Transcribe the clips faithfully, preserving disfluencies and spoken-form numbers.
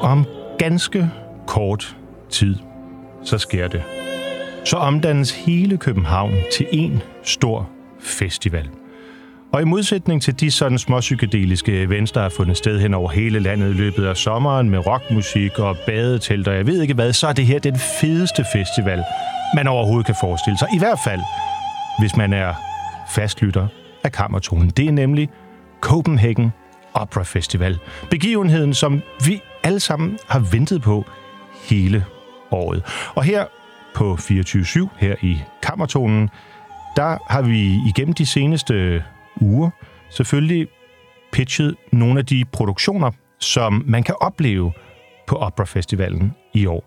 Om ganske kort tid, så sker det. Så omdannes hele København til en stor festival. Og i modsætning til de sådan småpsykedeliske events, der har fundet sted hen over hele landet i løbet af sommeren med rockmusik og badetelt, og jeg ved ikke hvad, så er det her den fedeste festival, man overhovedet kan forestille sig. I hvert fald, hvis man er fastlytter af Kammertonen. Det er nemlig Copenhagen Opera Festival. Begivenheden, som vi alle sammen har ventet på hele året. Og her på fireogtyve syv, her i Kammertonen, der har vi igennem de seneste uger selvfølgelig pitchet nogle af de produktioner, som man kan opleve på Opera Festivalen i år.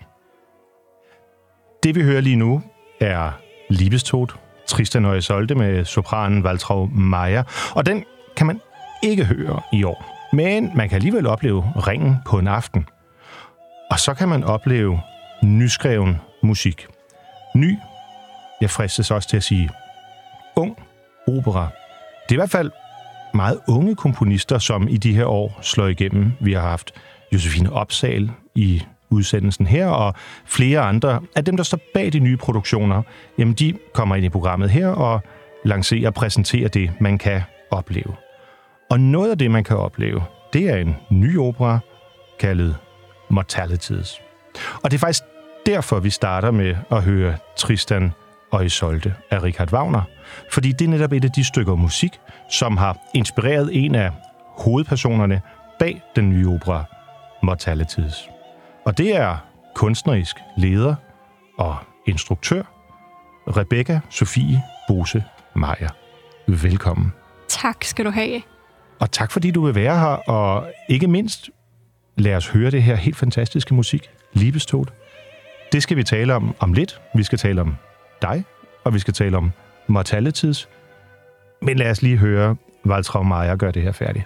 Det vi hører lige nu er Liebestod, Tristan og Isolde med sopranen Waltraud Meier, og den kan man ikke høre i år. Men man kan alligevel opleve Ringen på en aften. Og så kan man opleve nyskreven musik. Ny, jeg fristes også til at sige, ung opera. Det er i hvert fald meget unge komponister, som i de her år slår igennem. Vi har haft Josefine Opsahl i udsendelsen her, og flere andre af dem, der står bag de nye produktioner, jamen de kommer ind i programmet her og lancerer og præsenterer det, man kan opleve. Og noget af det, man kan opleve, det er en ny opera kaldet Mortalities. Og det er faktisk derfor, vi starter med at høre Tristan og Isolde af Richard Wagner. Fordi det er netop et af de stykker musik, som har inspireret en af hovedpersonerne bag den nye opera Mortalities. Og det er kunstnerisk leder og instruktør Rebecca Sofie Bose Meier. Velkommen. Tak skal du have. Og tak fordi du vil være her, og ikke mindst lad os høre det her helt fantastiske musik, Liebestod. Det skal vi tale om om lidt. Vi skal tale om dig, og vi skal tale om Mortalities. Men lad os lige høre Waltraud Meier gøre det her færdigt.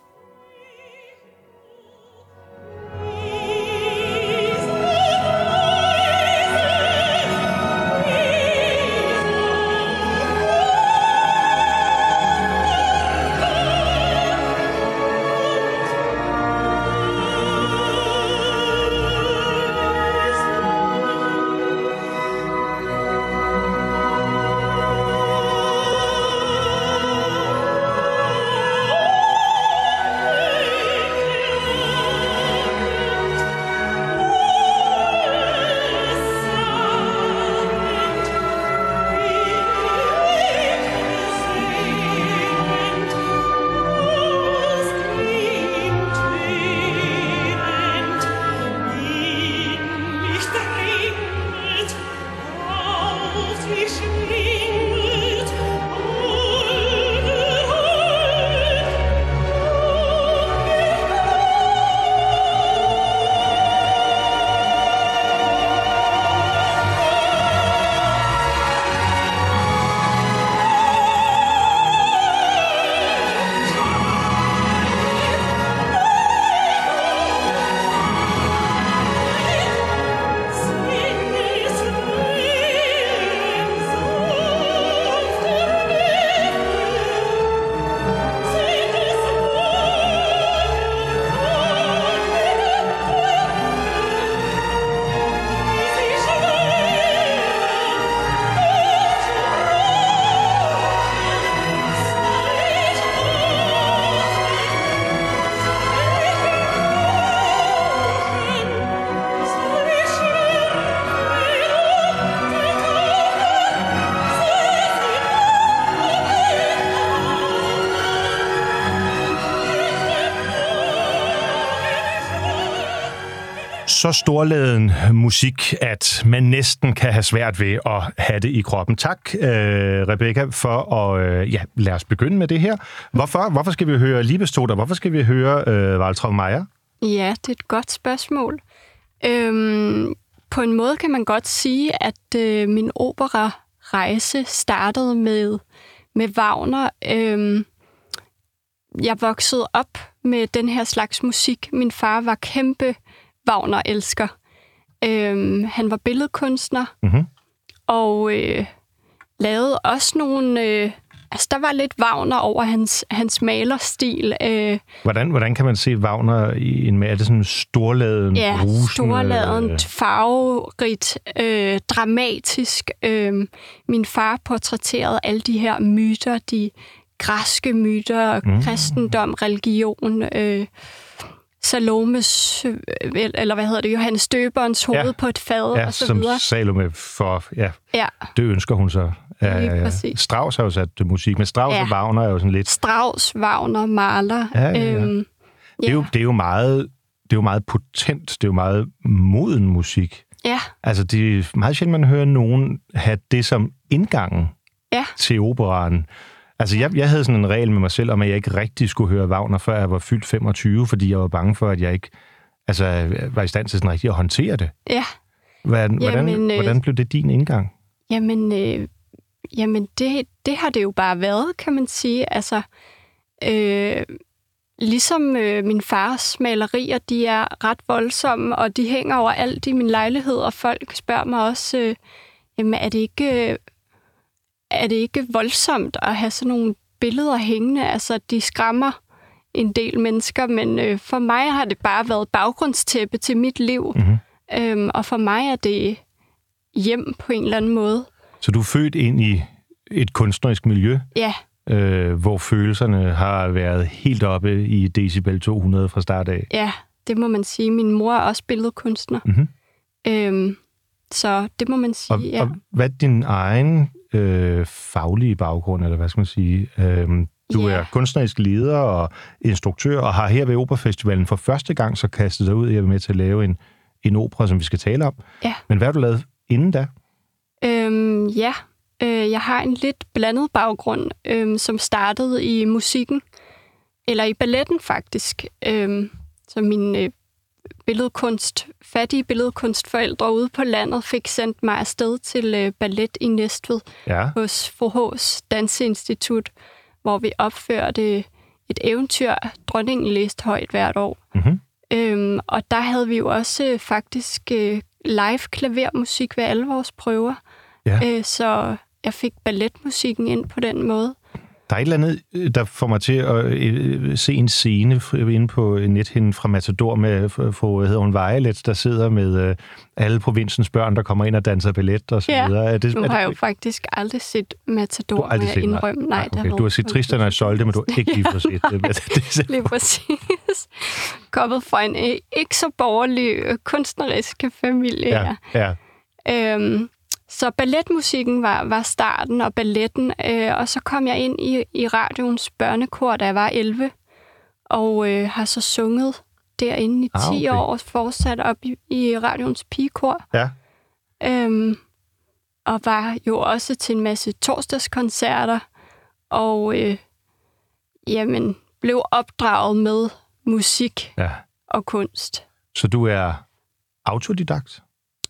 Så storladen musik, at man næsten kan have svært ved at have det i kroppen. Tak, øh, Rebecca, for at øh, ja, lade os begynde med det her. Hvorfor, hvorfor skal vi høre Liebestod, og hvorfor skal vi høre øh, Waltraud Meier? Ja, det er et godt spørgsmål. Øhm, på en måde kan man godt sige, at øh, min operarejse startede med, med Wagner. Øhm, jeg voksede op med den her slags musik. Min far var kæmpe Wagner-elsker. Øhm, han var billedkunstner, mm-hmm. og øh, lavede også nogle, øh, altså, der var lidt Wagner over hans, hans malerstil. Øh, hvordan, hvordan kan man se Wagner i en... Er det sådan storladen, ja, brusende? storladen, farverigt, øh, dramatisk. Øh, min far portrætterede alle de her myter, de græske myter, mm. kristendom, religion... Øh, Salomes, eller hvad hedder det, Johannes Døberens hoved ja. på et fad, ja, og så som videre. Salome for, ja, ja, det ønsker hun så. Ja, ja. Strauss har jo sat musik, men Strauss ja. og Wagner er jo sådan lidt... Strauss, Wagner, Mahler. Ja, ja, ja. Øhm, det, er jo, det, er jo meget, det er jo meget potent, det er jo meget moden musik. Ja. Altså, det er meget sjældent, man hører nogen have det som indgangen ja. til operaen. Altså, jeg, jeg havde sådan en regel med mig selv, om at jeg ikke rigtig skulle høre Wagner, før jeg var fyldt femogtyve, fordi jeg var bange for, at jeg ikke altså, var i stand til sådan rigtig at håndtere det. Ja. Hvordan, hvordan, jamen, øh, hvordan blev det din indgang? Jamen, øh, jamen det, det har det jo bare været, kan man sige. Altså, øh, ligesom øh, min fars malerier, de er ret voldsomme, og de hænger over alt i min lejlighed, og folk spørger mig også, øh, jamen, er det ikke... Øh, er det ikke voldsomt at have sådan nogle billeder hængende? Altså, de skræmmer en del mennesker, men øh, for mig har det bare været baggrundstæppe til mit liv. Mm-hmm. Øhm, og for mig er det hjem på en eller anden måde. Så du er født ind i et kunstnerisk miljø? Ja. Øh, hvor følelserne har været helt oppe i decibel to hundrede fra start af? Ja, det må man sige. Min mor er også billedkunstner. Mm-hmm. Øhm, så det må man sige, og, ja. Og hvad er din egen øh, faglige baggrund, eller hvad skal man sige? Øhm, du yeah. er kunstnerisk leder og instruktør, og har her ved Operafestivalen for første gang så kastet dig ud i at være med til at lave en, en opera, som vi skal tale om. Ja. Men hvad har du lavet inden da? Øhm, ja, øh, jeg har en lidt blandet baggrund, øh, som startede i musikken, eller i balletten faktisk. Øh, så min øh, billedkunst, fattige billedkunstforældre ude på landet fik sendt mig afsted til øh, ballet i Næstved ja. hos Fru H's Danseinstitut, hvor vi opførte et eventyr, Dronningen læste højt hvert år. Mm-hmm. Øhm, og der havde vi jo også øh, faktisk øh, live klavermusik ved alle vores prøver. Ja. Øh, så jeg fik balletmusikken ind på den måde. Der er et eller andet, der får mig til at øh, se en scene inde på nethinden fra Matador med fru, hedder hun Violet, der sidder med øh, alle provinsens børn, der kommer ind og danser ballet og så ja. videre. Er det, nu har er det, jeg jo faktisk aldrig set Matador, du aldrig med set, indrømme. Nej, okay. Du har set Tristan og Isolde, men du har ikke lige fået set det. Lige præcis. Kommet fra en ikke så borgerlig kunstnerisk familie. Ja, ja. Øhm, Så balletmusikken var, var starten, og balletten, øh, og så kom jeg ind i, i radioens børnekor, da jeg var elleve, og øh, har så sunget derinde i ah, ti okay. år, og fortsat op i, i radioens pigekor. Ja. Øhm, og var jo også til en masse torsdagskoncerter, og øh, jamen, blev opdraget med musik ja. og kunst. Så du er autodidakt?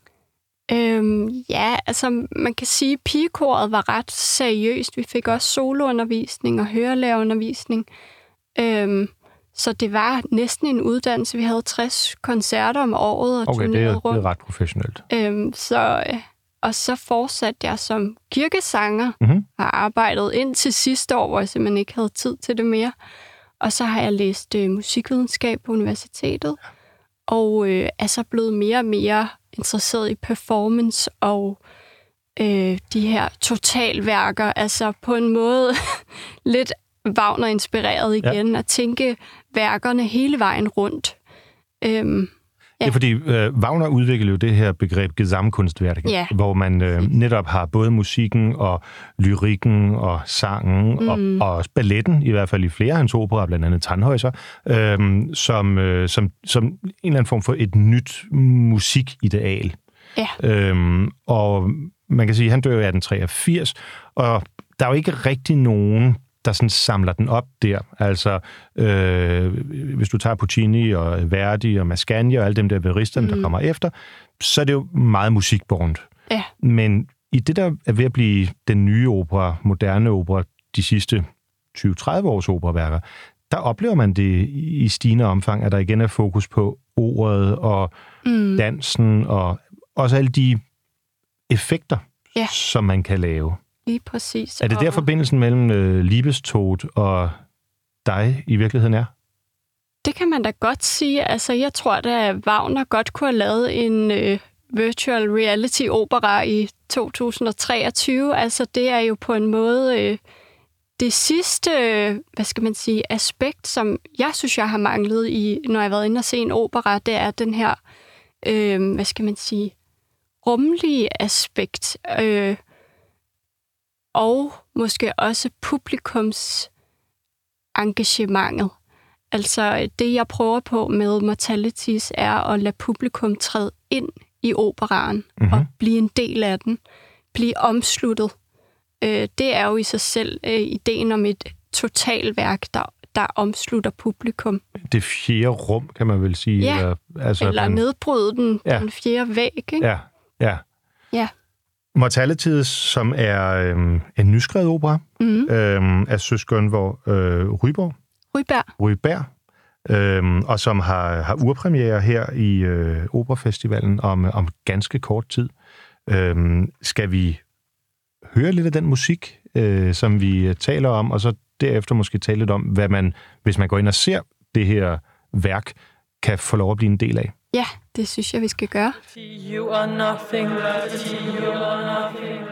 Øhm, ja, altså man kan sige, at pigekoret var ret seriøst. Vi fik også soloundervisning og hørelærerundervisning. Øhm, så det var næsten en uddannelse. Vi havde tres koncerter om året og okay, turnerede rundt. Okay, det er ret professionelt. Øhm, så, og så fortsatte jeg som kirkesanger mm-hmm. og arbejdet ind til sidste år, hvor jeg simpelthen ikke havde tid til det mere. Og så har jeg læst øh, musikvidenskab på universitetet, og øh, er så blevet mere og mere interesseret i performance og øh, de her totalværker, altså på en måde lidt Wagner-inspireret igen, ja. At tænke værkerne hele vejen rundt. Øhm, ja. ja, fordi øh, Wagner udviklede jo det her begreb Gesamtkunstwerk, ja. Hvor man øh, netop har både musikken og lyrikken og sangen mm. og, og også balletten, i hvert fald i flere af hans operaer, blandt andet Tannhäuser, øh, som, øh, som, som en eller anden form for et nyt musikideal. Ja. Øhm, og man kan sige, at han dør i atten treogfirs, og der er jo ikke rigtig nogen, der sådan samler den op der. Altså, øh, hvis du tager Puccini og Verdi og Mascagni og alle dem der veristerne, mm. der kommer efter, så er det jo meget musikbårent. Ja. Men i det, der er ved at blive den nye opera, moderne opera, de sidste tyve til tredive års operaværker, der oplever man det i stigende omfang, at der igen er fokus på ordet og mm. dansen og også alle de effekter, ja. Som man kan lave. Lige præcis. Er det der og... forbindelsen mellem øh, Liebestod og dig i virkeligheden er? Det kan man da godt sige. Altså, jeg tror da, at Wagner godt kunne have lavet en øh, virtual reality opera i to tusind og treogtyve. Altså, det er jo på en måde øh, det sidste, øh, hvad skal man sige, aspekt, som jeg synes, jeg har manglet i, når jeg har været inde og se en opera, det er den her, øh, hvad skal man sige, rummelige aspekt. Øh, og måske også publikums engagementet. Altså, det jeg prøver på med Mortalities er at lade publikum træde ind i operaen mm-hmm. og blive en del af den, blive omsluttet. Øh, det er jo i sig selv øh, ideen om et totalværk, der, der omslutter publikum. Det fjerde rum, kan man vel sige. Ja, eller, altså, eller man... nedbryde den, ja. den fjerde væg. Ikke? Ja, ja. Ja. Mortalities, som er øhm, en nyskrevet opera mm-hmm. øhm, af søskeren hvor øh, Ryborg. Ryberg. Ryberg. Øhm, og som har, har urpremiere her i øh, Operafestivalen om, om ganske kort tid. Øhm, skal vi høre lidt af den musik, øh, som vi taler om, og så derefter måske tale lidt om, hvad man, hvis man går ind og ser det her værk, kan få lov at blive en del af? Ja, det synes jeg, vi skal gøre. You are nothing, you are nothing.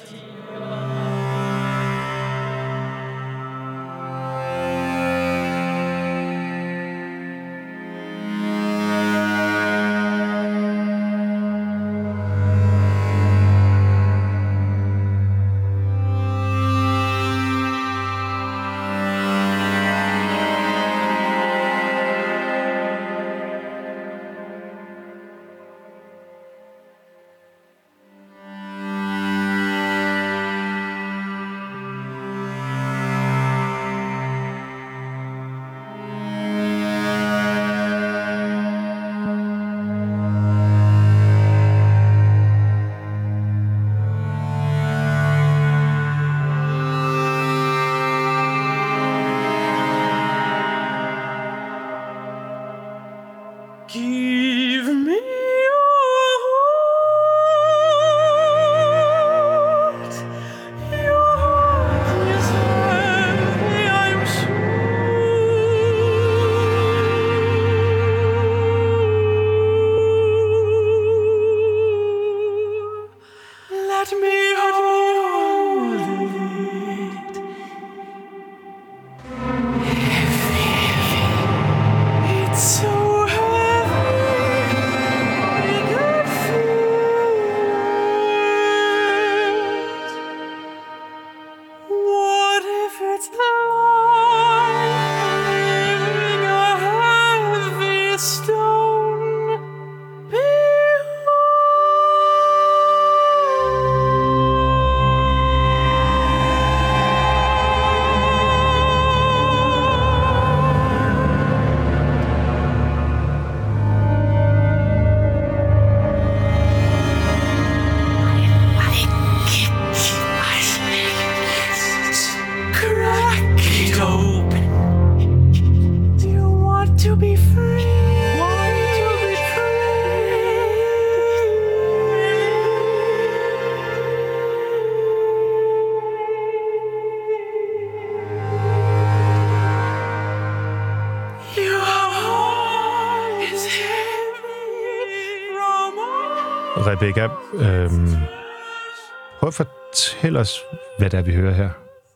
Rebecca, øhm, prøv at fortælle os, hvad det er, vi hører her.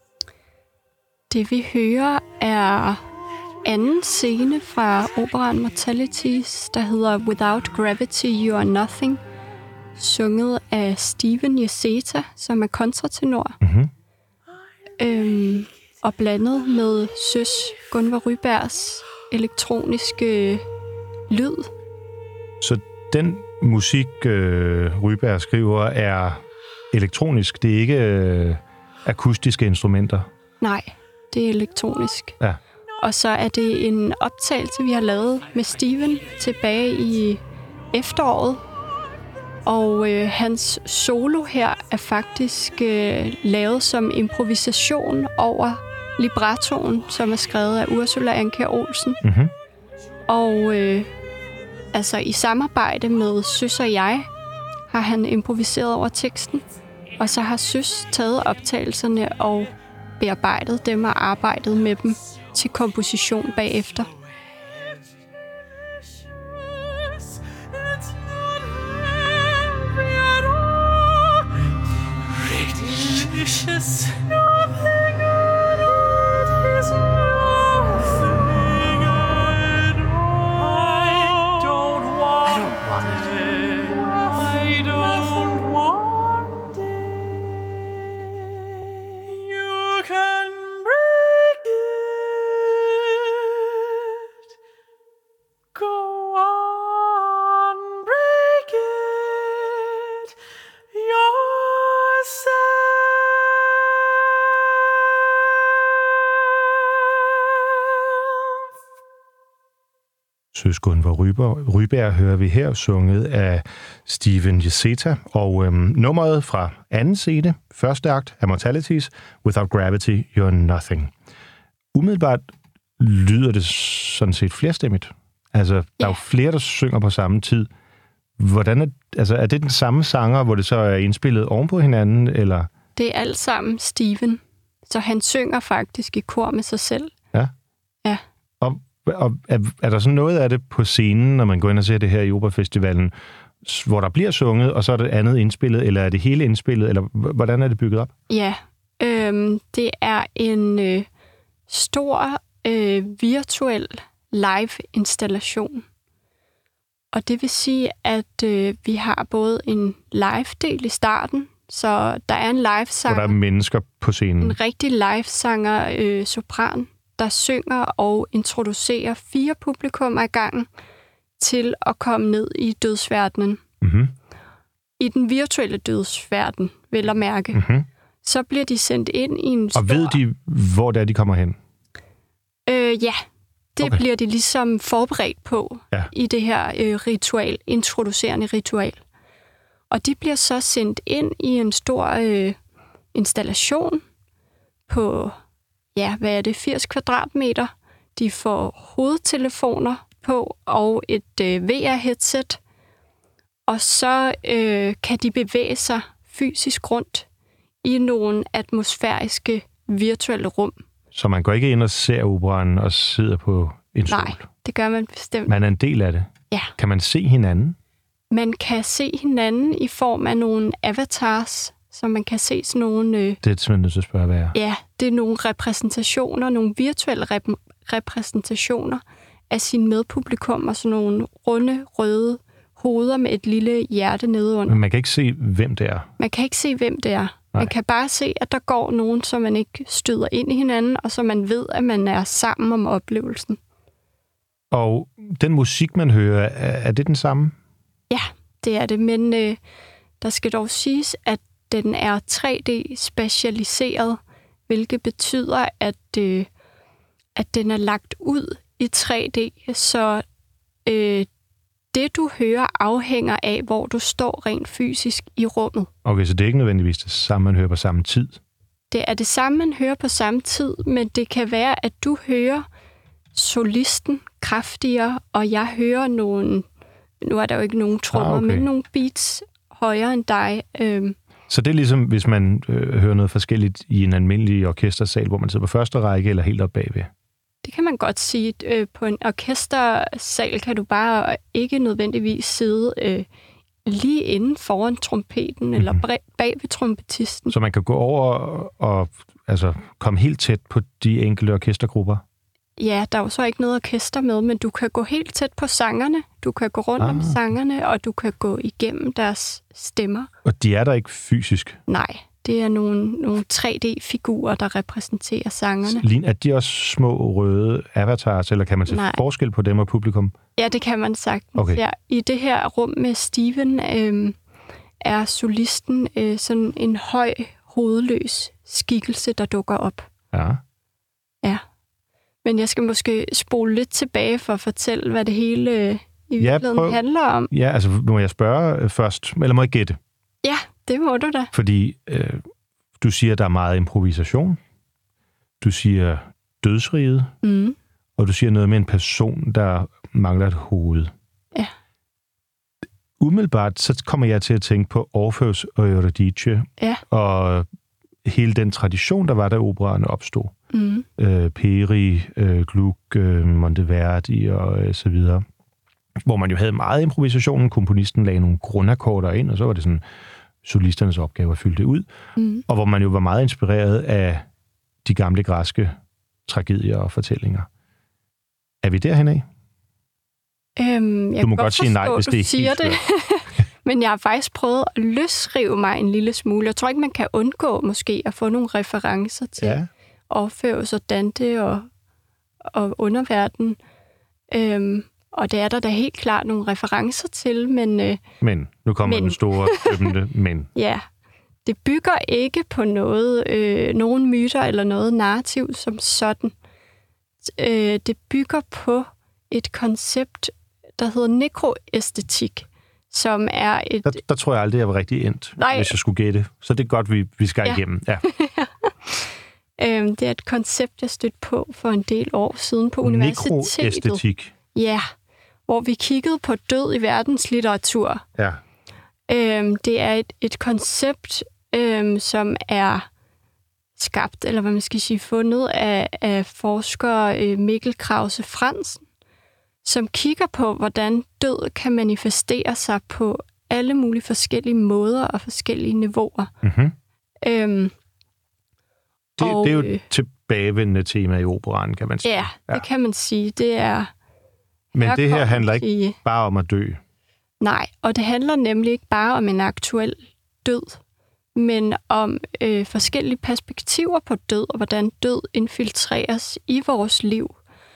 Det, vi hører, er anden scene fra operaen Mortalities, der hedder Without Gravity, You Are Nothing, sunget af Steven Yeseta, som er kontratenor, mm-hmm. øhm, og blandet med søs Gunvar Rybergs elektroniske lyd. Så den musik, øh, Ryberg skriver, er elektronisk. Det er ikke øh, akustiske instrumenter. Nej, det er elektronisk. Ja. Og så er det en optagelse, vi har lavet med Steven tilbage i efteråret. Og øh, hans solo her er faktisk øh, lavet som improvisation over librettoen, som er skrevet af Ursula Andkjær Olsen. Mm-hmm. Og øh, altså i samarbejde med Søs og jeg har han improviseret over teksten. Og så har Søs taget optagelserne og bearbejdet dem og arbejdet med dem til komposition bagefter. Søs Gunvor Ryberg hører vi her, sunget af Stephen Jezeta, og øhm, nummeret fra anden scene, første akt af Mortalities, Without Gravity, You're Nothing. Umiddelbart lyder det sådan set flerstemmigt. Altså, der ja. er jo flere, der synger på samme tid. Hvordan er, altså, er det den samme sanger, hvor det så er indspillet oven på hinanden, eller? Det er alt sammen Stephen, så han synger faktisk i kor med sig selv. Ja? Ja. Og Og er, er der sådan noget af det på scenen, når man går ind og ser det her i Operafestivalen, hvor der bliver sunget, og så er det andet indspillet, eller er det hele indspillet, eller hvordan er det bygget op? Ja, øhm, det er en øh, stor øh, virtuel live-installation. Og det vil sige, at øh, vi har både en live-del i starten, så der er en live-sanger. Hvor der er mennesker på scenen. En rigtig live-sanger, øh, sopran, der synger og introducerer fire publikummer i gangen til at komme ned i dødsverdenen. Mm-hmm. I den virtuelle dødsverden, vil at mærke. Mm-hmm. Så bliver de sendt ind i en stor... Og ved de, hvor det er, de kommer hen? Øh, ja, det okay. bliver de ligesom forberedt på ja. i det her øh, ritual, introducerende ritual. Og de bliver så sendt ind i en stor øh, installation på... ja, hvad er det, firs kvadratmeter. De får hovedtelefoner på og et øh, V R-headset. Og så øh, kan de bevæge sig fysisk rundt i nogle atmosfæriske virtuelle rum. Så man går ikke ind og ser operaen og sidder på en stol? Nej, det gør man bestemt. Man er en del af det? Ja. Kan man se hinanden? Man kan se hinanden i form af nogle avatars, så man kan se sådan nogle... Øh, det er simpelthen nødt til at spørge, hvad er. Ja, det er nogle repræsentationer, nogle virtuelle rep- repræsentationer af sine medpublikummer, sådan nogle runde, røde hoveder med et lille hjerte nedenunder. Men man kan ikke se, hvem det er? Man kan ikke se, hvem det er. Nej. Man kan bare se, at der går nogen, så man ikke støder ind i hinanden, og så man ved, at man er sammen om oplevelsen. Og den musik, man hører, er det den samme? Ja, det er det, men øh, der skal dog siges, at den er tre D-specialiseret, hvilket betyder, at, øh, at den er lagt ud i tre D, så øh, det, du hører, afhænger af, hvor du står rent fysisk i rummet. Okay, så det er ikke nødvendigvis det samme, man hører på samme tid? Det er det samme, man hører på samme tid, men det kan være, at du hører solisten kraftigere, og jeg hører nogle, nu er der jo ikke nogen trommer, ah, okay. men nogle beats højere end dig. Øh, Så det er ligesom, hvis man øh, hører noget forskelligt i en almindelig orkestersal, hvor man sidder på første række eller helt op bagved? Det kan man godt sige. Øh, på en orkestersal kan du bare ikke nødvendigvis sidde øh, lige inden foran trompeten mm-hmm. eller bag ved trompetisten. Så man kan gå over og, og altså, komme helt tæt på de enkelte orkestergrupper? Ja, der er jo så ikke noget orkester med, men du kan gå helt tæt på sangerne, du kan gå rundt ah. om sangerne, og du kan gå igennem deres stemmer. Og de er der ikke fysisk? Nej, det er nogle, nogle tre D-figurer, der repræsenterer sangerne. Er de også små røde avatars, eller kan man se Nej. forskel på dem og publikum? Ja, det kan man sagtens. Okay. Ja, i det her rum med Steven øh, er solisten øh, sådan en høj, hovedløs skikkelse, der dukker op. Ja. Ja. Men jeg skal måske spole lidt tilbage for at fortælle, hvad det hele øh, i virkeligheden ja, prøv... handler om. Ja, altså må jeg spørge først, eller må jeg gætte? Ja, det må du da. Fordi øh, du siger, at der er meget improvisation. Du siger dødsriget. Mm. Og du siger noget med en person, der mangler et hoved. Ja. umiddelbart så kommer jeg til at tænke på Orpheus og Eurydice, Ja. og hele den tradition, der var, da operaerne opstod. Mm. Øh, Peri, øh, Gluck, øh, Monteverdi og øh, så videre. Hvor man jo havde meget improvisation. Komponisten lagde nogle grundakkorder ind, og så var det sådan solisternes opgave at fylde det ud. Mm. Og hvor man jo var meget inspireret af de gamle græske tragedier og fortællinger. Er vi derhen af? Øhm, jeg Du må kan godt sige nej, forstå, hvis du det er siger helt det. Men jeg har faktisk prøvet at løsrive mig en lille smule. Jeg tror ikke, man kan undgå måske at få nogle referencer til Ja. Orpheus og Dante og, og underverden. Øhm, og det er der da helt klart nogle referencer til, men øh, Men, nu kommer Men. den store dømmende men. ja, det bygger ikke på noget, øh, nogen myter eller noget narrativ som sådan. Øh, det bygger på et koncept, der hedder nekroæstetik, som er et... Der, der tror jeg aldrig, jeg var rigtig endt, Nej. hvis jeg skulle gætte. Så det er godt, vi, vi skal Ja. igennem. Ja. Øhm, det er et koncept, jeg stødte på for en del år siden på universitetet. Nekroæstetik. Ja, hvor vi kiggede på død i verdenslitteratur. Ja. Øhm, det er et, et koncept, øhm, som er skabt, eller hvad man skal sige, fundet af, af forsker øh, Mikkel Krause Fransen, som kigger på, hvordan død kan manifestere sig på alle mulige forskellige måder og forskellige niveauer. Mm-hmm. Øhm, Det, Og, det er jo øh, et tilbagevendende tema i operaen, kan man sige. ja, Ja. det kan man sige. Det er... Men det her handler ikke i, bare om at dø. Nej, og det handler nemlig ikke bare om en aktuel død, men om øh, forskellige perspektiver på død, og hvordan død infiltreres i vores liv.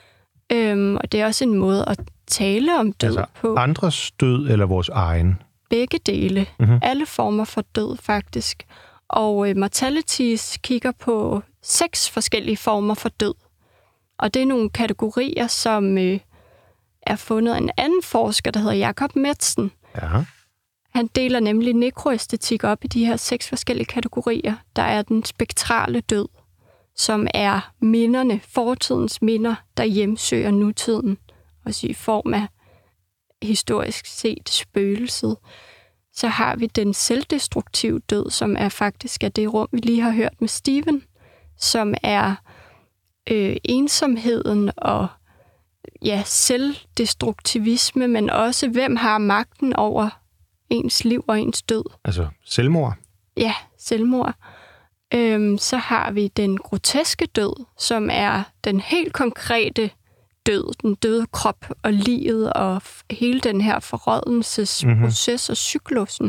Øhm, og det er også en måde at tale om død Altså på. andres død eller vores egen. Begge dele. Mhm. Alle former for død, faktisk. Og øh, Mortalities kigger på seks forskellige former for død. Og det er nogle kategorier, som øh, er fundet af en anden forsker, der hedder Jakob Metzen. Ja. Han deler nemlig nekroæstetik op i de her seks forskellige kategorier. Der er den spektrale død, som er minderne, fortidens minder, der hjemsøger nutiden, også i form af historisk set spøgelset. Så har vi den selvdestruktive død, som er faktisk af det rum, vi lige har hørt med Steven, som er øh, ensomheden og ja, selvdestruktivisme, men også hvem har magten over ens liv og ens død. Altså selvmord. Ja, selvmord. Øhm, så har vi den groteske død, som er den helt konkrete død, den døde krop og livet og f- hele den her forrådnelsesproces mm-hmm. og cyklusen.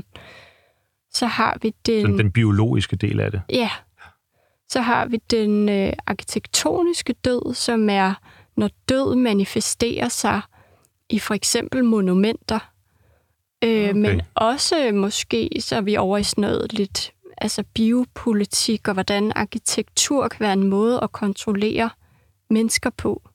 Så har vi den... Sådan den biologiske del af det. Ja. Så har vi den øh, arkitektoniske død, som er, når død manifesterer sig i for eksempel monumenter. Øh, Okay. Men også måske, så er vi over i sådan noget lidt altså biopolitik, og hvordan arkitektur kan være en måde at kontrollere mennesker på.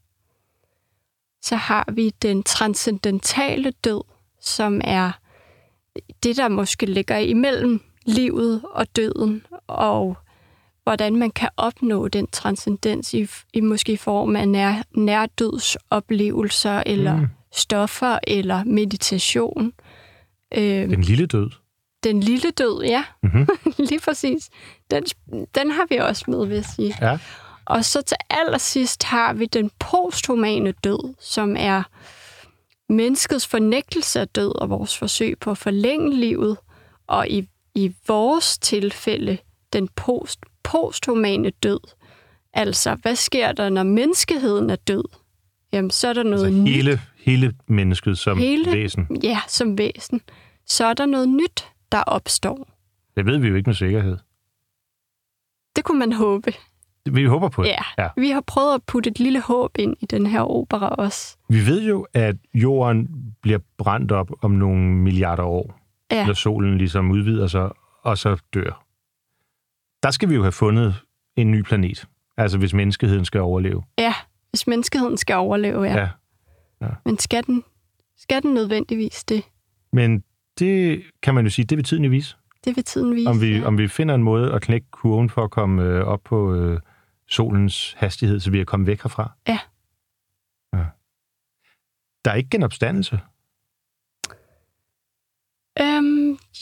Så har vi den transcendentale død, som er det, der måske ligger imellem livet og døden, og hvordan man kan opnå den transcendens i, i måske form af nær, nærdødsoplevelser, eller Mm. stoffer, eller meditation. Øh, Den lille død. den lille død, ja, Mm-hmm. lige præcis. Den, den har vi også med, vil jeg sige. Ja. Og så til allersidst har vi den posthumane død, som er menneskets fornægtelse af død og vores forsøg på at forlænge livet, og i, i vores tilfælde den post, posthumane død. Altså, hvad sker der, når menneskeheden er død? Jamen, så er der noget Altså nyt. hele, hele mennesket som Hele- væsen. Ja, som væsen. Så er der noget nyt, der opstår. Det ved vi jo ikke med sikkerhed. Det kunne man håbe. Vi håber på det. Ja. Ja. Vi har prøvet at putte et lille håb ind i den her opera også. Vi ved jo, at jorden bliver brændt op om nogle milliarder år, Ja. når solen ligesom udvider sig, og så dør. Der skal vi jo have fundet en ny planet. Altså hvis menneskeheden skal overleve. Ja, hvis menneskeheden skal overleve, ja. Ja. Ja. Men skal den, skal den nødvendigvis det? Men det kan man jo sige, det vil tiden jo vise. Det vil tiden vise. Om vi, ja. om vi finder en måde at knække kurven for at komme øh, op på øh, solens hastighed, så vi er kommet væk herfra. Ja. Ja. Der er ikke genopstandelse.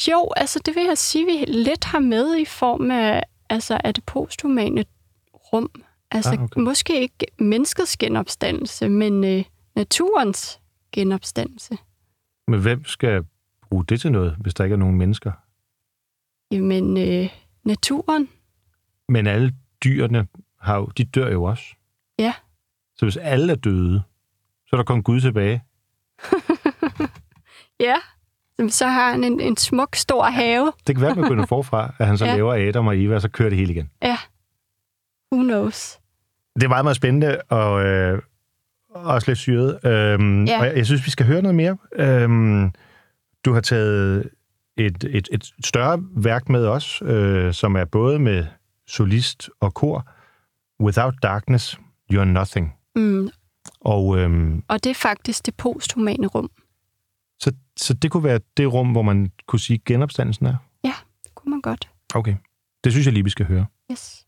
Jo, altså det vil jeg sige, vi lidt har med i form af, altså, af det posthumane rum. Altså Ah, okay. måske ikke menneskets genopstandelse, men øh, naturens genopstandelse. Men hvem skal bruge det til noget, hvis der ikke er nogen mennesker? Jamen, øh, naturen. Men alle dyrene, har jo, de dør jo også. Ja. Så hvis alle er døde, så er der kun Gud tilbage. Ja, så har han en, en smuk, stor have. Det kan være, at man begynder forfra, at han så Ja. laver Adam og Eva, og så kører det hele igen. Ja, who knows? Det er meget, meget spændende, og øh, også lidt syret. Øhm, Ja. Og jeg, jeg synes, vi skal høre noget mere. Øhm, du har taget et, et, et større værk med os, øh, som er både med solist og kor. Without Darkness, You're Nothing. Mm. Og, øhm, Og det er faktisk det posthumane rum. så, så det kunne være det rum, hvor man kunne sige, genopstandelsen er? Ja, det kunne man godt. Okay. Det synes jeg lige, vi skal høre. Yes.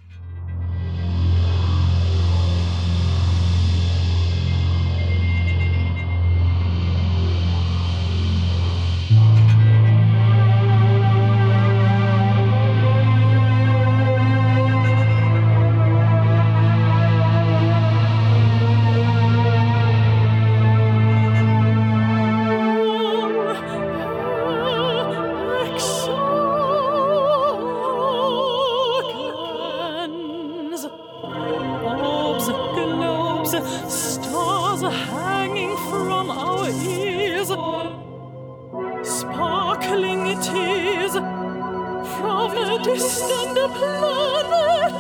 Stars are hanging from our ears. Sparkling it is from a distant planet.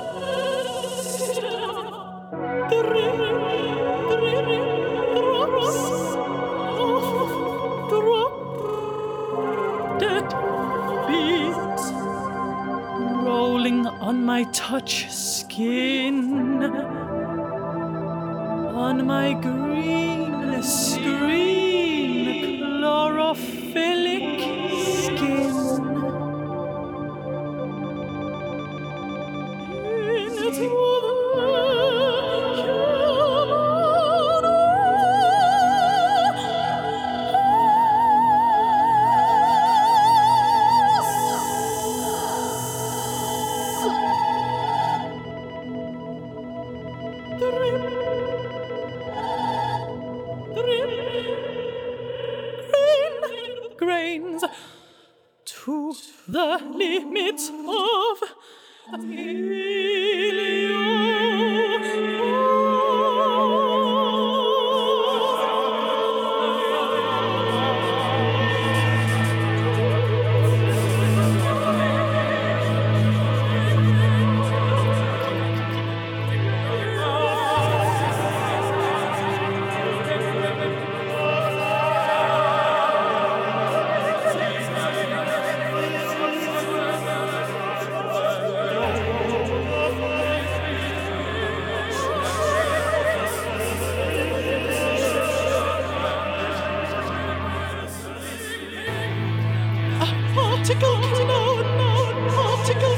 The ring, the ring, drops of drop dead feet rolling on my touch skin. On my green screen, chlorophyllc skin. Into the grains to the limits of particle cannot, particle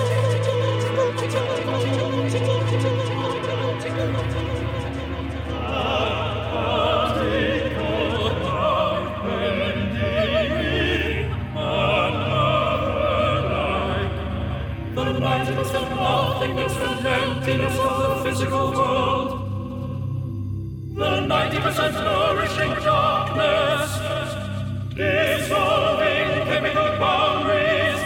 the lightness of nothingness and emptiness of the physical world. The ninety percent nourishing darkness, dissolving chemical boundaries,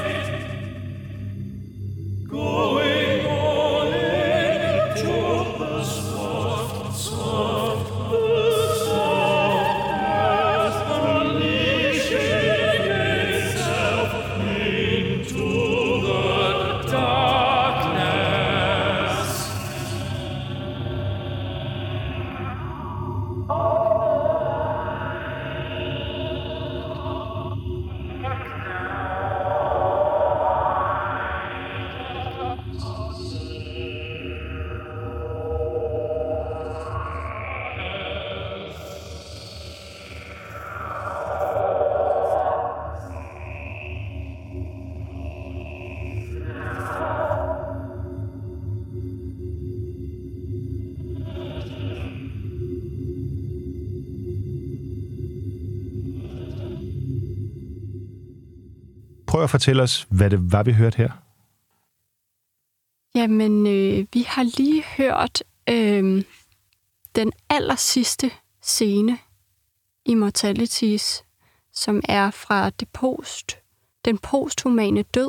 going all into the soft, soft, the softness, unleashing itself into the darkness. prøve at fortælle os, hvad det var, vi hørte her? Jamen, øh, vi har lige hørt øh, den aller sidste scene, Immortalities, som er fra det post, den posthumane død,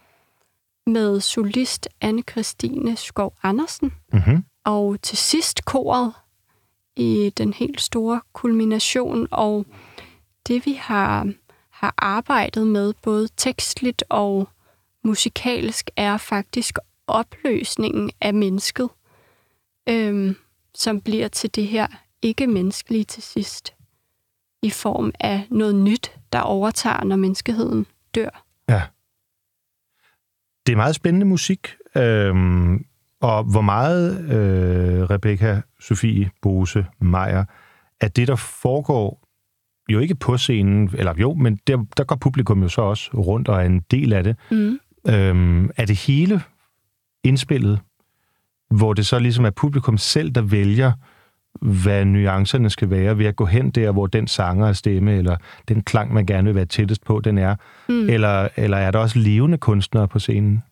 med solist Anne-Kristine Skov Andersen. Mm-hmm. Og til sidst koret i den helt store kulmination. Og det, vi har, har arbejdet med, både tekstligt og musikalsk, er faktisk opløsningen af mennesket, øhm, som bliver til det her ikke-menneskelige til sidst, i form af noget nyt, der overtager, når menneskeheden dør. Ja. Det er meget spændende musik, øhm, og hvor meget, øh, Rebecca Sofie Bose Meyer, at det, der foregår, jo ikke på scenen, eller jo, men der, der går publikum jo så også rundt og er en del af det. Mm. Øhm, er det hele indspillet, hvor det så ligesom er publikum selv, der vælger, hvad nuancerne skal være, ved at gå hen der, hvor den sanger er stemme, eller den klang, man gerne vil være tættest på, den er? Mm. Eller, eller er der også levende kunstnere på scenen?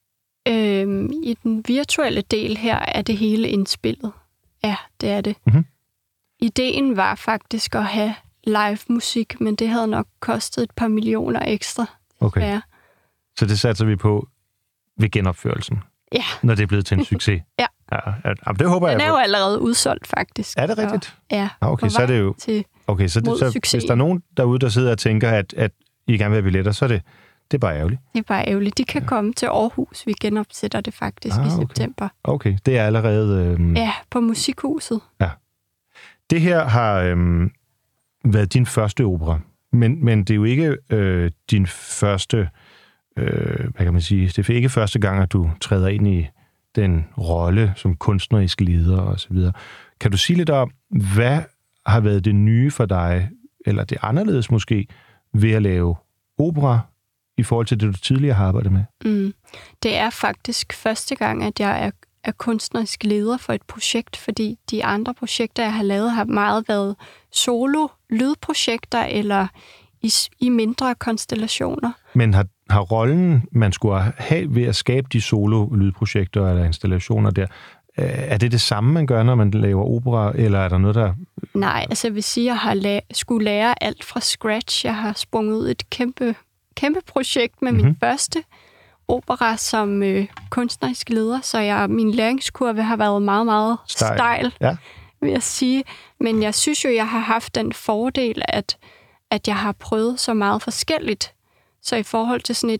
Øhm, I den virtuelle del her er det hele indspillet. Ja, det er det. Mm-hmm. Ideen var faktisk at have live musik, men det havde nok kostet et par millioner ekstra. Okay. Ja. Så det satser vi på ved genopførelsen? Ja. Når det er blevet til en succes? Ja. Ja, ja, det håber Den jeg. er jo allerede udsolgt, faktisk. Er det rigtigt? Og, ja. Ah, okay, så er det jo... Okay, så, det, så hvis der er nogen derude, der sidder og tænker, at, at I gerne vil have billetter, så er det, det er bare ærgerligt. Det er bare ærgerligt. De kan ja. komme til Aarhus. Vi genopsætter det faktisk ah, okay. i september. Okay, det er allerede... Øhm... Ja, på Musikhuset. Ja. Det her har øhm, været din første opera, men, men det er jo ikke øh, din første... Øh, hvad kan man sige? Det er ikke første gang, at du træder ind i den rolle som kunstnerisk leder og så videre. Kan du sige lidt om, hvad har været det nye for dig, eller det anderledes måske, ved at lave opera i forhold til det, du tidligere har arbejdet med? Mm. Det er faktisk første gang, at jeg er, er kunstnerisk leder for et projekt, fordi de andre projekter, jeg har lavet, har meget været solo-lydprojekter eller i, i mindre konstellationer. Men har, har rollen, man skulle have ved at skabe de solo-lydprojekter eller installationer der, er det det samme, man gør, når man laver opera, eller er der noget, der... Nej, altså jeg vil sige, at jeg har la- skulle lære alt fra scratch. Jeg har sprunget ud et kæmpe, kæmpe projekt med mm-hmm. min første opera som øh, kunstnerisk leder, så jeg, min læringskurve har været meget, meget stejl, stejl ja. vil jeg sige. Men jeg synes jo, jeg har haft den fordel, at, at jeg har prøvet så meget forskelligt. Så i forhold til sådan et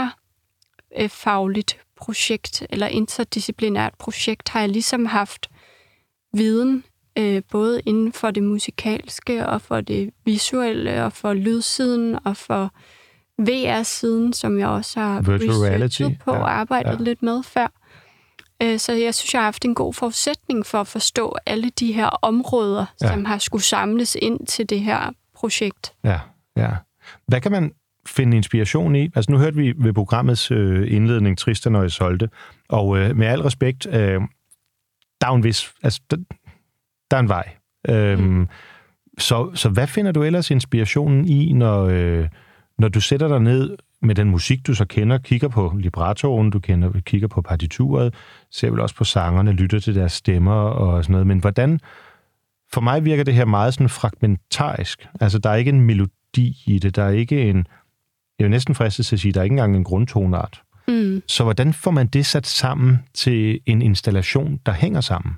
tværfagligt projekt eller interdisciplinært projekt, har jeg ligesom haft viden, øh, både inden for det musikalske og for det visuelle og for lydsiden og for V R-siden, som jeg også har researchet på ja, og arbejdet ja. lidt med før. Øh, så jeg synes, jeg har haft en god forudsætning for at forstå alle de her områder, ja. som har skulle samles ind til det her projekt. Ja, ja. Hvad kan man finde inspiration i? Altså nu hørte vi ved programmets øh, indledning Tristan og Isolde, og øh, med al respekt, øh, der er en vis, altså der, der er en vej. Øh, mm. så, så hvad finder du ellers inspirationen i, når, øh, når du sætter dig ned med den musik, du så kender, kigger på librettoen, du kender, kigger på partituret, ser vel også på sangerne, lytter til deres stemmer og sådan noget, men hvordan, for mig virker det her meget sådan fragmentarisk. Altså der er ikke en melodi i det, der er ikke en, jeg vil næsten fristes til at sige, der er ikke engang en grundtonart. Mm. Så hvordan får man det sat sammen til en installation, der hænger sammen?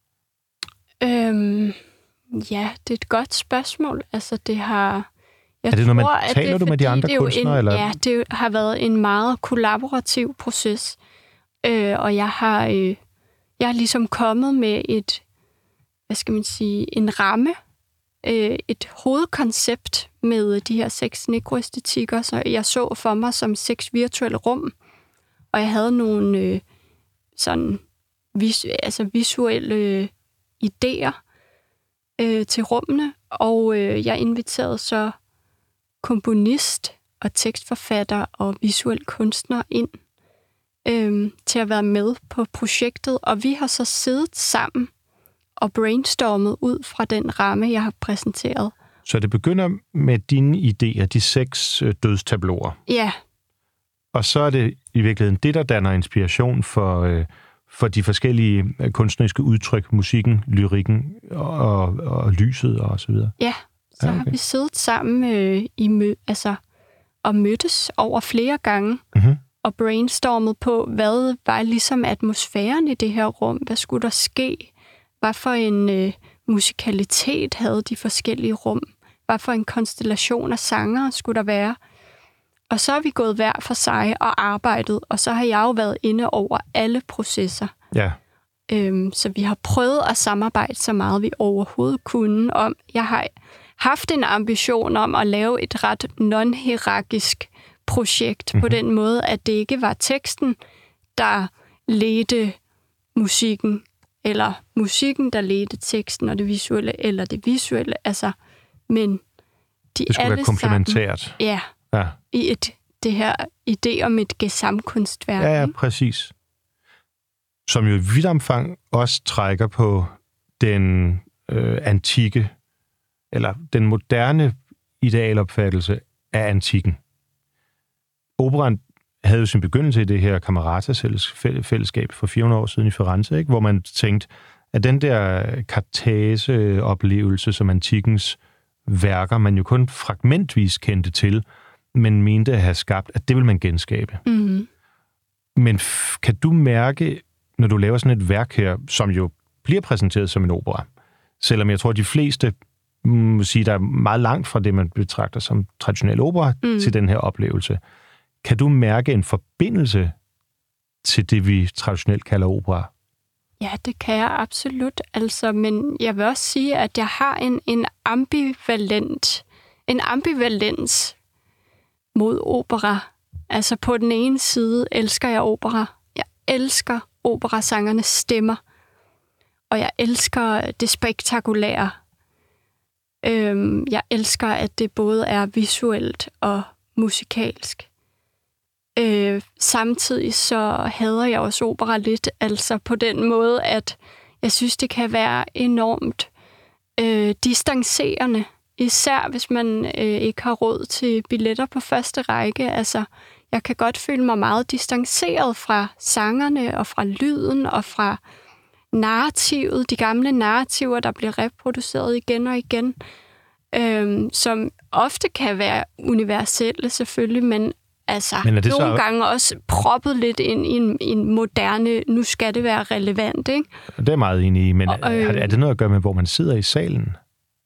Øhm, ja, det er et godt spørgsmål. Altså, det har... Jeg er det noget, man tror, taler det, du med de andre kunstnere? En, eller? Ja, det har været en meget kollaborativ proces. Øh, og jeg har, øh, jeg har ligesom kommet med et, hvad skal man sige, en ramme, øh, et hovedkoncept med de her seks nekroæstetikker, så jeg så for mig som seks virtuelle rum, og jeg havde nogle øh, sådan vis, altså visuelle øh, idéer øh, til rummene, og øh, jeg inviterede så komponist og tekstforfatter og visuel kunstner ind øh, til at være med på projektet, og vi har så siddet sammen og brainstormet ud fra den ramme, jeg har præsenteret. Så det begynder med dine idéer, de seks øh, dødstabloer? Ja. og så er det i virkeligheden det, der danner inspiration for, øh, for de forskellige kunstneriske udtryk, musikken, lyrikken og, og, og lyset og så videre. Ja, så ja, okay. har vi siddet sammen øh, i mø- altså, og mødtes over flere gange Mm-hmm. og brainstormet på, hvad var ligesom atmosfæren i det her rum? Hvad skulle der ske? Hvad for en øh, musikalitet havde de forskellige rum? Hvad for en konstellation af sanger skulle der være? Og så har vi gået hver for sig og arbejdet, og så har jeg jo været inde over alle processer. Ja. Øhm, så vi har prøvet at samarbejde så meget, vi overhovedet kunne om. Jeg har haft en ambition om at lave et ret non-hierarkisk projekt mm-hmm. på den måde, at det ikke var teksten, der ledte musikken, eller musikken, der ledte teksten og det visuelle, eller det visuelle, altså, men de det skulle alle være komplementært. Sammen, ja, ja, i et, det her idé om et gesamtkunstværk. Ja, ja, præcis. Som jo i vidt omfang også trækker på den øh, antikke, eller den moderne idealopfattelse af antikken. Operaen havde jo sin begyndelse i det her Camerata-fællesskab for fire hundrede år siden i Firenze, ikke? Hvor man tænkte, at den der Kartase-oplevelse, som antikkens værker, man jo kun fragmentvis kendte til, men mente at have skabt, at det vil man genskabe. Mm-hmm. Men f- kan du mærke, når du laver sådan et værk her, som jo bliver præsenteret som en opera, selvom jeg tror, at de fleste må sige, der er meget langt fra det, man betragter som traditionel opera, mm. til den her oplevelse. Kan du mærke en forbindelse til det, vi traditionelt kalder opera? Ja, det kan jeg absolut. Altså, men jeg vil også sige, at jeg har en, en ambivalent, en ambivalens mod opera. Altså, på den ene side elsker jeg opera. Jeg elsker operasangernes stemmer. Og jeg elsker det spektakulære. Øhm, jeg elsker, at det både er visuelt og musikalsk. Øh, samtidig så hader jeg også opera lidt, altså på den måde, at jeg synes, det kan være enormt øh, distancerende, især hvis man øh, ikke har råd til billetter på første række. Altså, jeg kan godt føle mig meget distanceret fra sangerne og fra lyden og fra narrativet, de gamle narrativer, der bliver reproduceret igen og igen, øh, som ofte kan være universelle selvfølgelig, men altså, men nogle så... gange også proppet lidt ind i en, i en moderne, nu skal det være relevant, ikke? Det er meget enig i, men og, øh, er det noget at gøre med, hvor man sidder i salen?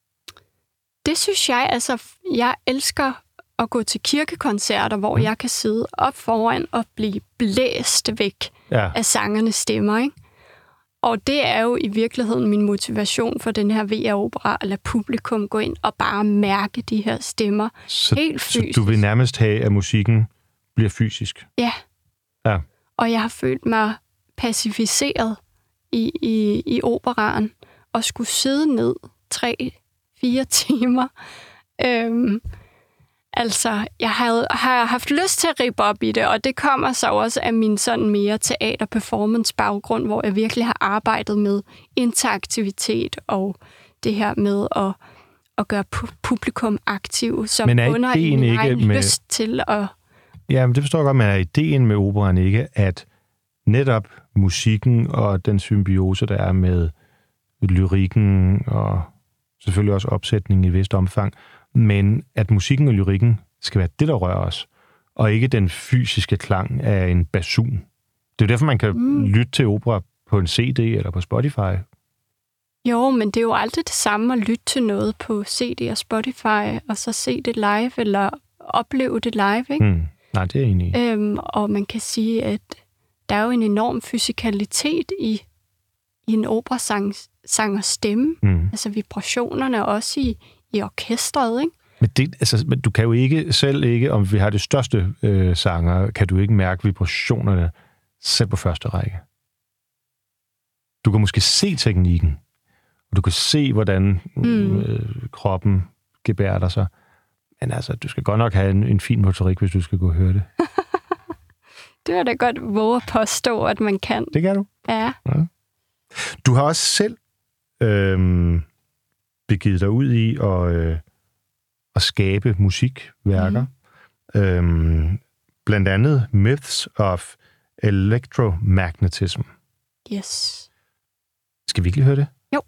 Det synes jeg, altså, jeg elsker at gå til kirkekoncerter, hvor mm. jeg kan sidde op foran og blive blæst væk ja. af sangernes stemmer, ikke? Og det er jo i virkeligheden min motivation for den her V R-opera, at lade publikum gå ind og bare mærke de her stemmer så, helt fysisk. Så du vil nærmest have, at musikken bliver fysisk? Ja. ja. Og jeg har følt mig pacificeret i, i, i operaen og skulle sidde ned tre, fire timer. Øhm, altså, jeg havde, har haft lyst til at rippe op i det, og det kommer så også af min sådan mere teater-performance-baggrund, hvor jeg virkelig har arbejdet med interaktivitet og det her med at, at gøre pu- publikum aktiv, som under en egen med... lyst til at... Ja, men det forstår jeg godt, men er ideen med operaen ikke, at netop musikken og den symbiose, der er med lyrikken og selvfølgelig også opsætningen i et vist omfang, men at musikken og lyrikken skal være det, der rører os, og ikke den fysiske klang af en basun. Det er derfor, man kan mm. lytte til opera på en C D eller på Spotify. Jo, men det er jo aldrig det samme at lytte til noget på C D og Spotify, og så se det live, eller opleve det live, ikke? Mm. Nej, det er jeg enig i. Øhm, og man kan sige, at der er jo en enorm fysikalitet i, i en operasangers stemme. Mm. Altså vibrationerne også i, i orkestret, ikke? Men, det, altså, men du kan jo ikke, selv ikke, om vi har det største øh, sanger, kan du ikke mærke vibrationerne selv på første række. Du kan måske se teknikken, og du kan se, hvordan mm. øh, kroppen gebærder sig. Men altså, du skal godt nok have en, en fin motorik, hvis du skal gå og høre det. Det er da godt våge at påstå, at man kan. Det kan du. Ja. ja. Du har også selv øh, begivet dig ud i at, øh, at skabe musikværker. Mm. Øh, blandt andet Myths of Electromagnetism. Yes. Skal vi ikke lige høre det? Jo.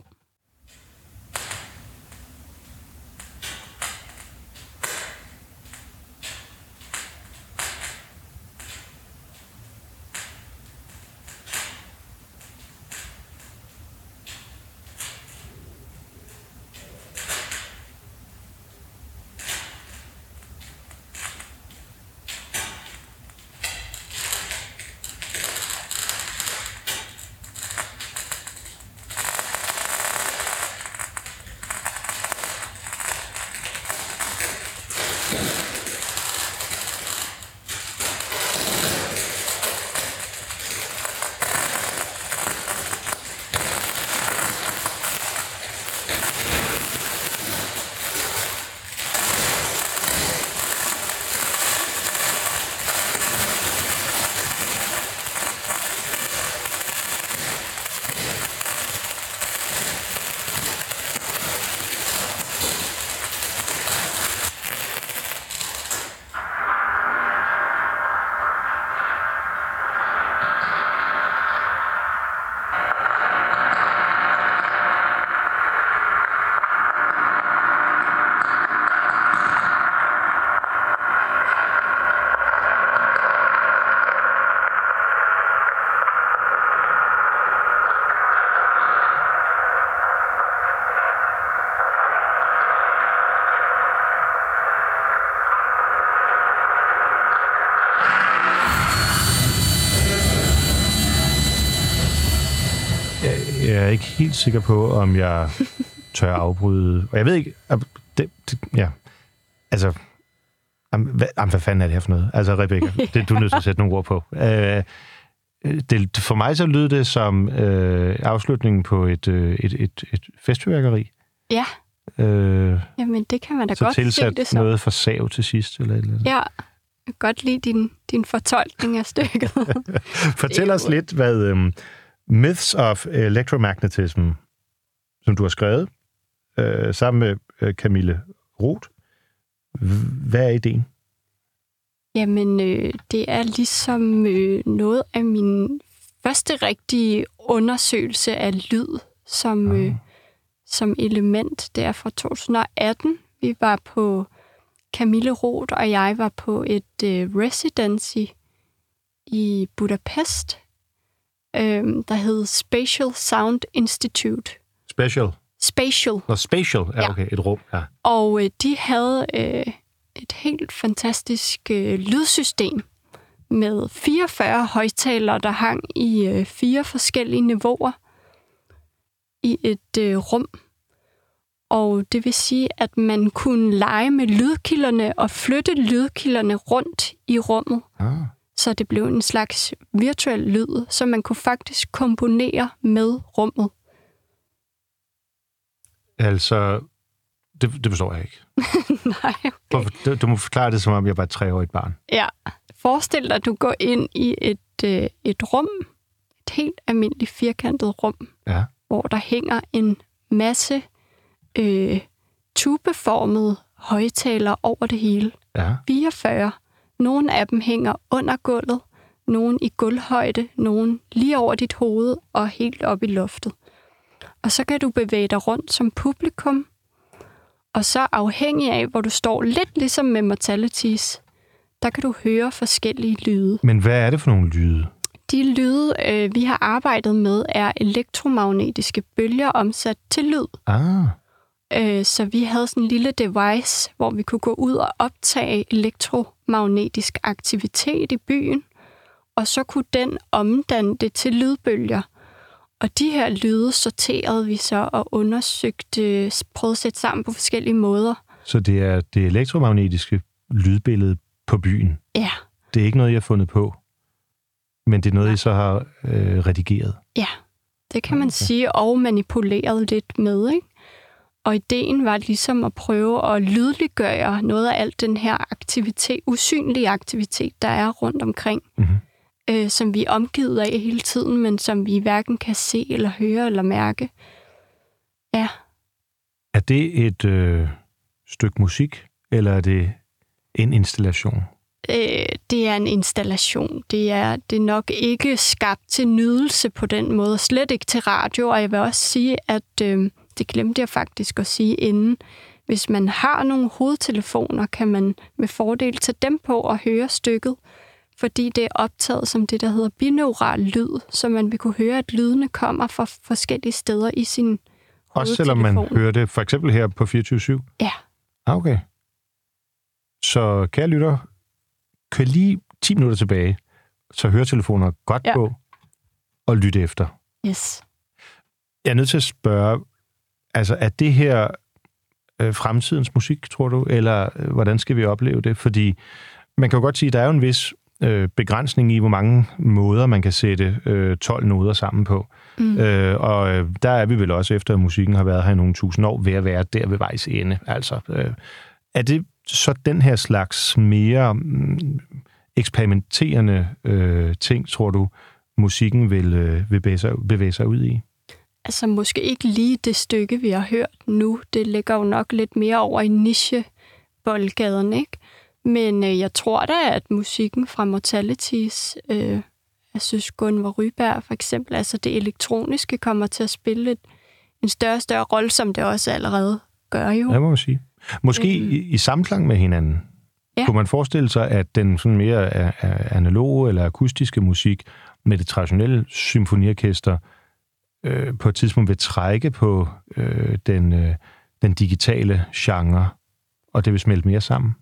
Jeg er ikke helt sikker på, om jeg tør afbryde. Og jeg ved ikke... Det, det, ja, altså... Hvad, hvad fanden er det her for noget? Altså, Rebecca, det du er nødt til at sætte nogle ord på. Øh, det, for mig så lyder det som øh, afslutningen på et, et, et, et festfyrværkeri. Ja. Øh, Jamen, det kan man da så godt se det som. Så tilsat noget for sav til sidst, eller eller Ja, jeg kan godt lide din, din fortolkning af stykket. Fortæl os lidt, hvad um, Myths of Electromagnetism, som du har skrevet, øh, sammen med øh, Camille Roth. Hvad er ideen? Jamen, øh, det er ligesom øh, noget af min første rigtige undersøgelse af lyd som, øh, som element. Det er fra to tusind og atten. Vi var på, Camille Roth og jeg var på et øh, residency i Budapest, øh, der hed Spatial Sound Institute. Special? Spatial. Nå, spatial. Ja, okay. Et rum, ja. Og øh, de havde øh, et helt fantastisk øh, lydsystem med fireogfyrre højttalere, der hang i øh, fire forskellige niveauer i et øh, rum. Og det vil sige, at man kunne lege med lydkilderne og flytte lydkilderne rundt i rummet. Ah. Så det blev en slags virtuel lyd, så man kunne faktisk komponere med rummet. Altså, det, det forstår jeg ikke. Nej, okay. Du, du må forklare det, som om jeg var et treårigt barn. Ja. Forestil dig, at du går ind i et, øh, et rum, et helt almindeligt firkantet rum, ja. Hvor der hænger en masse øh, tubeformede højttalere over det hele. Ja. fireogfyrre. Nogle af dem hænger under gulvet, nogle i gulvhøjde, nogle lige over dit hoved og helt op i loftet. Og så kan du bevæge dig rundt som publikum, og så afhængig af, hvor du står, lidt ligesom med Mortalities, der kan du høre forskellige lyde. Men hvad er det for nogle lyde? De lyde, øh, vi har arbejdet med, er elektromagnetiske bølger omsat til lyd. Ah. Øh, så vi havde sådan en lille device, hvor vi kunne gå ud og optage elektromagnetisk aktivitet i byen, og så kunne den omdanne det til lydbølger. Og de her lyde sorterede vi så og undersøgte, prøvede at sætte sammen på forskellige måder. Så det er det elektromagnetiske lydbillede på byen? Ja. Det er ikke noget, jeg har fundet på, men det er noget, ja. I så har øh, redigeret? Ja, det kan man okay. sige, og manipuleret lidt med, ikke? Og ideen var ligesom at prøve at lydliggøre noget af alt den her aktivitet, usynlige aktivitet, der er rundt omkring. Mm-hmm. Øh, som vi er omgivet af hele tiden, men som vi hverken kan se eller høre eller mærke. Ja. Er det et øh, stykke musik, eller er det en installation? øh, det er en installation. Det er, det er nok ikke skabt til nydelse på den måde, slet ikke til radio. Og jeg vil også sige, at øh, det glemte jeg faktisk at sige inden. Hvis man har nogle hovedtelefoner, kan man med fordel tage dem på og høre stykket, fordi det er optaget som det, der hedder binaural lyd, så man vil kunne høre, at lydene kommer fra forskellige steder i sin hovedtelefon. Også selvom man hører det for eksempel her på fireogtyve syv? Ja. Okay. Så kære lytter, kør lige ti minutter tilbage, så hører telefoner godt ja. på og lytte efter. Yes. Jeg er nødt til at spørge, altså er det her øh, fremtidens musik, tror du, eller øh, hvordan skal vi opleve det? Fordi man kan jo godt sige, at der er jo en vis øh, begrænsning i, hvor mange måder man kan sætte øh, tolv noder sammen på. Mm. Øh, og øh, der er vi vel også, efter at musikken har været her i nogle tusind år, ved at være der ved vejs ende. Altså, øh, er det så den her slags mere mm, eksperimenterende øh, ting, tror du, musikken vil, øh, vil bevæge, sig, bevæge sig ud i? Altså måske ikke lige det stykke, vi har hørt nu. Det ligger jo nok lidt mere over i niche-boldgaden, ikke? Men øh, jeg tror da, at musikken fra Mortalities, øh, jeg synes Gunvor Ryberg for eksempel, altså det elektroniske kommer til at spille et, en større og større rolle, som det også allerede gør jo. Ja, må man sige. Måske øhm. i, i samklang med hinanden. Ja. Kunne man forestille sig, at den sådan mere analoge eller akustiske musik med det traditionelle symfoniorkester øh, på et tidspunkt vil trække på øh, den, øh, den digitale genre, og det vil smelte mere sammen?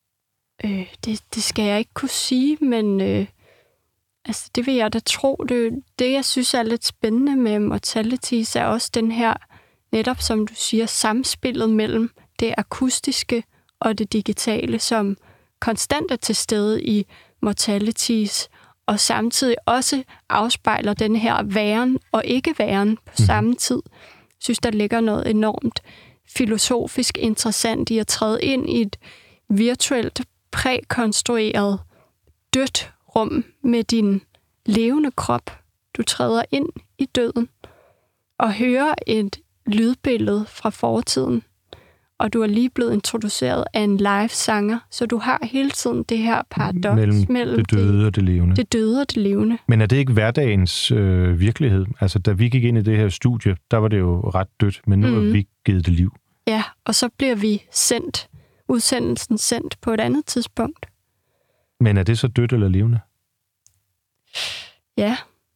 Øh, det, det skal jeg ikke kunne sige, men øh, altså, det vil jeg da tro. Det, det, jeg synes er lidt spændende med Mortalities, er også den her, netop som du siger, samspillet mellem det akustiske og det digitale, som konstant er til stede i Mortalities, og samtidig også afspejler den her væren og ikke-væren på mm. samme tid. Jeg synes, der ligger noget enormt filosofisk interessant i at træde ind i et virtuelt prækonstrueret dødt rum med din levende krop. Du træder ind i døden og hører et lydbillede fra fortiden, og du er lige blevet introduceret af en live-sanger, så du har hele tiden det her paradoks mellem, mellem det døde det, og det levende. Det døde og det levende. Men er det ikke hverdagens øh, virkelighed? Altså, da vi gik ind i det her studie, der var det jo ret dødt, men nu mm. har vi givet det liv. Ja, og så bliver vi sendt, udsendelsen sendt på et andet tidspunkt. Men er det så dødt eller levende? Ja.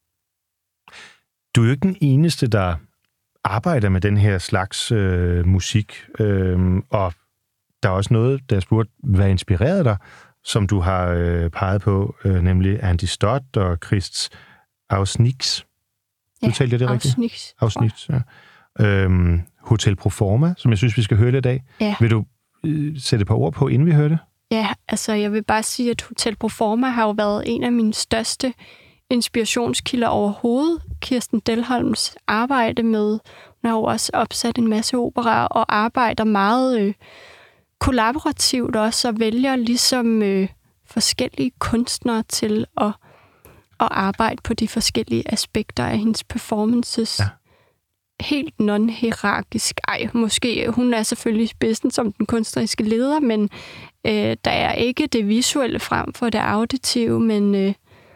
Du er jo ikke den eneste, der arbejder med den her slags øh, musik, øh, og der er også noget, der spurgte, hvad inspirerede dig, som du har øh, peget på, øh, nemlig Andy Stott og Chris Ausnix. Ja, Udtalte jeg det Ausnix. rigtigt? Ausnix, ja. Øhm, Hotel Proforma, som jeg synes, vi skal høre lidt af. Ja. Vil du øh, sætte et par ord på, inden vi hører det? Ja, altså jeg vil bare sige, at Hotel Proforma har jo været en af mine største inspirationskilder overhovedet. Kirsten Delholms arbejde med, hun har jo også opsat en masse operaer og arbejder meget øh, kollaborativt også, og vælger ligesom øh, forskellige kunstnere til at, at arbejde på de forskellige aspekter af hendes performances. Ja. Helt non-hierarkisk. Ej, måske, hun er selvfølgelig i spidsen som den kunstneriske leder, men øh, der er ikke det visuelle frem for det auditive, men øh,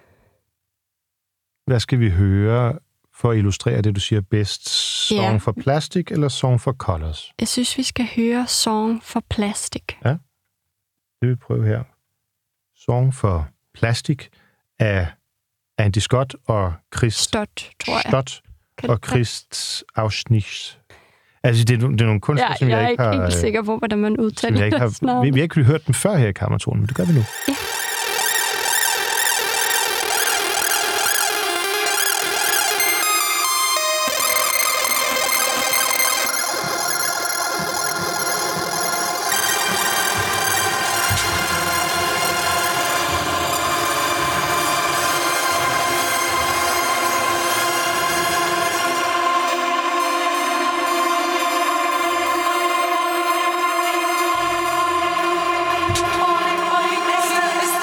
hvad skal vi høre for at illustrere det, du siger bedst? Song ja. for Plastic eller Song for Colors? Jeg synes, vi skal høre Song for Plastic. Ja, det vil vi prøve her. Song for Plastic af Andy Scott og Chris Stott, tror jeg. Stott og Chris Ausnix. Altså, det er, det er nogle kunstnere, ja, som jeg, jeg ikke har... Jeg er ikke helt sikker på, hvordan man udtaler det har, vi, vi har ikke hørt dem før her i Kammertonen, men det gør vi nu. Ja. All I, all I miss is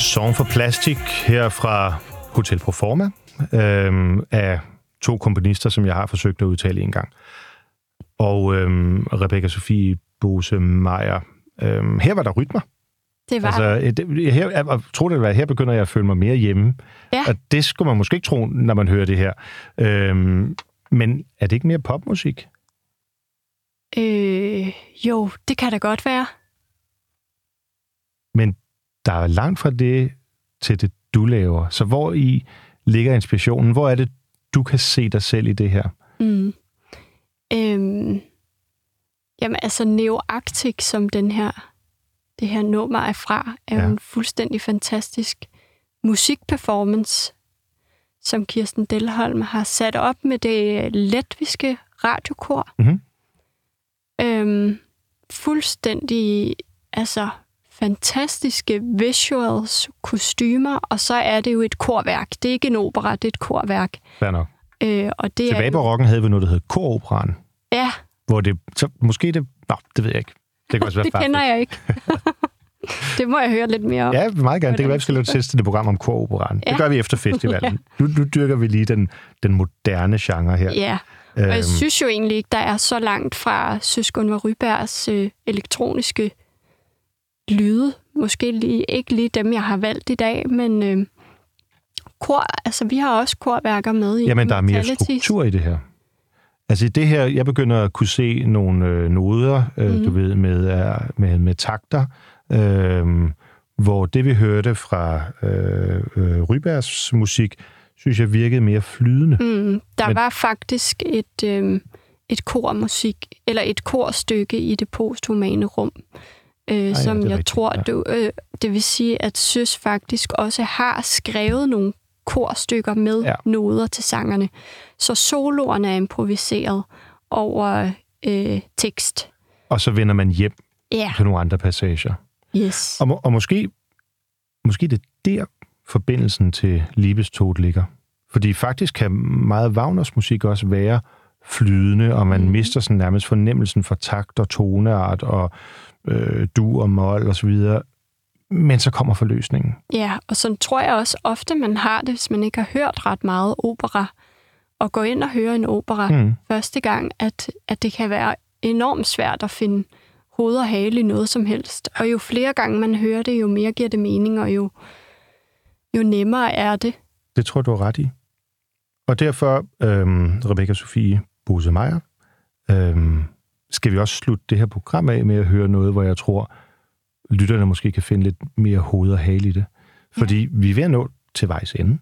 Song for Plastic her fra Hotel Proforma øhm, af to komponister, som jeg har forsøgt at udtale en gang. Og øhm, Rebecca Sofie Bose Meyer. Øhm, her var der rytmer. Det var altså, det, her, jeg tror det var, her begynder jeg at føle mig mere hjemme. Ja. Og det skulle man måske ikke tro, når man hører det her. Øhm, men er det ikke mere popmusik? Øh, jo, det kan da godt være. Men der er langt fra det til det, du laver. Så hvor i ligger inspirationen? Hvor er det, du kan se dig selv i det her? Mm. Øhm, jamen altså, Neo Arctic, som den her, det her nummer er fra, er ja. jo en fuldstændig fantastisk musikperformance, som Kirsten Delholm har sat op med det letviske radiokor. Mm-hmm. Øhm, fuldstændig, altså fantastiske visuals, kostymer, og så er det jo et korværk. Det er ikke en opera, det er et korværk. Fair nok. Øh, og det Tilbage er på rocken havde vi noget, der hed Koroperaen. Ja. Hvor det, så måske det, nå, det ved jeg ikke. Det kan også være det kender jeg ikke. Det må jeg høre lidt mere om. Ja, meget gerne. Det kan være, vi skal lave et test til det program om Koroperaen. Ja. Det gør vi efter festivalen. ja. nu, nu dyrker vi lige den, den moderne genre her. Ja, og øhm. jeg synes jo egentlig ikke, der er så langt fra Søs Gunvar Rybergs øh, elektroniske lyde. Måske lige, ikke lige dem, jeg har valgt i dag, men øh, kor, altså vi har også korværker med i. Jamen, der er mere struktur i det her. Altså i det her, jeg begynder at kunne se nogle øh, noder, øh, mm. du ved, med, med, med takter, øh, hvor det, vi hørte fra øh, øh, Rybergs musik, synes jeg virkede mere flydende. Mm. Der Men, var faktisk et, øh, et kormusik, eller et korstykke i det posthumane rum, øh, Ej, som ja, jeg rigtigt. tror, ja. du, øh, det vil sige, at Søs faktisk også har skrevet nogle korstykker med ja. noder til sangerne. Så soloerne er improviseret over øh, tekst. Og så vender man hjem ja. til nogle andre passager. Yes. Og, må, og måske, måske det der forbindelsen til Liebestod ligger. Fordi faktisk kan meget Wagners musik også være flydende, og man mm. mister sådan nærmest fornemmelsen for takt og toneart og øh, dur og mol og så videre. Men så kommer forløsningen. Ja, og sådan tror jeg også ofte, man har det, hvis man ikke har hørt ret meget opera, og går ind og hører en opera mm. første gang, at, at det kan være enormt svært at finde hoved og hale i noget som helst. Og jo flere gange man hører det, jo mere giver det mening, og jo, jo nemmere er det. Det tror du er ret i. Og derfor, øhm, Rebecca Sofie Bose Meyer, øhm, skal vi også slutte det her program af med at høre noget, hvor jeg tror, lytterne måske kan finde lidt mere hoved og hale i det. Fordi ja. vi er ved at nå til vejs ende.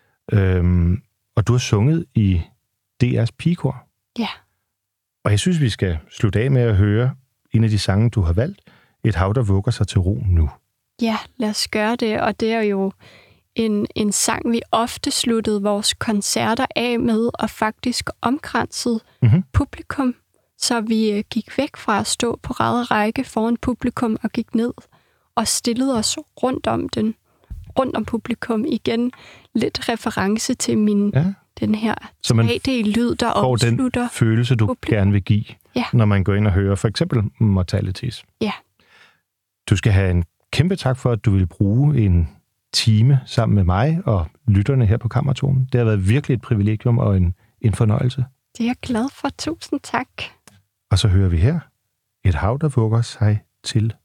Øhm, og du har sunget i D R's pigekor. Ja. Og jeg synes, vi skal slutte af med at høre en af de sange, du har valgt. Et hav, der vugger sig til ro nu. Ja, lad os gøre det. Og det er jo en, en sang, vi ofte sluttede vores koncerter af med, og faktisk omkransede mm-hmm. publikum. Så vi gik væk fra at stå på rad og række foran publikum og gik ned og stillede os rundt om den, rundt om publikum igen. Lidt reference til min, ja. den her tre D-lyd, der omslutter den følelse, du publikum. gerne vil give, ja. når man går ind og hører for eksempel Mortalities. Ja. Du skal have en kæmpe tak for, at du vil bruge en time sammen med mig og lytterne her på Kammertonen. Det har været virkelig et privilegium og en, en fornøjelse. Det er jeg glad for. Tusind tak. Og så hører vi her et hav, der vugger sig til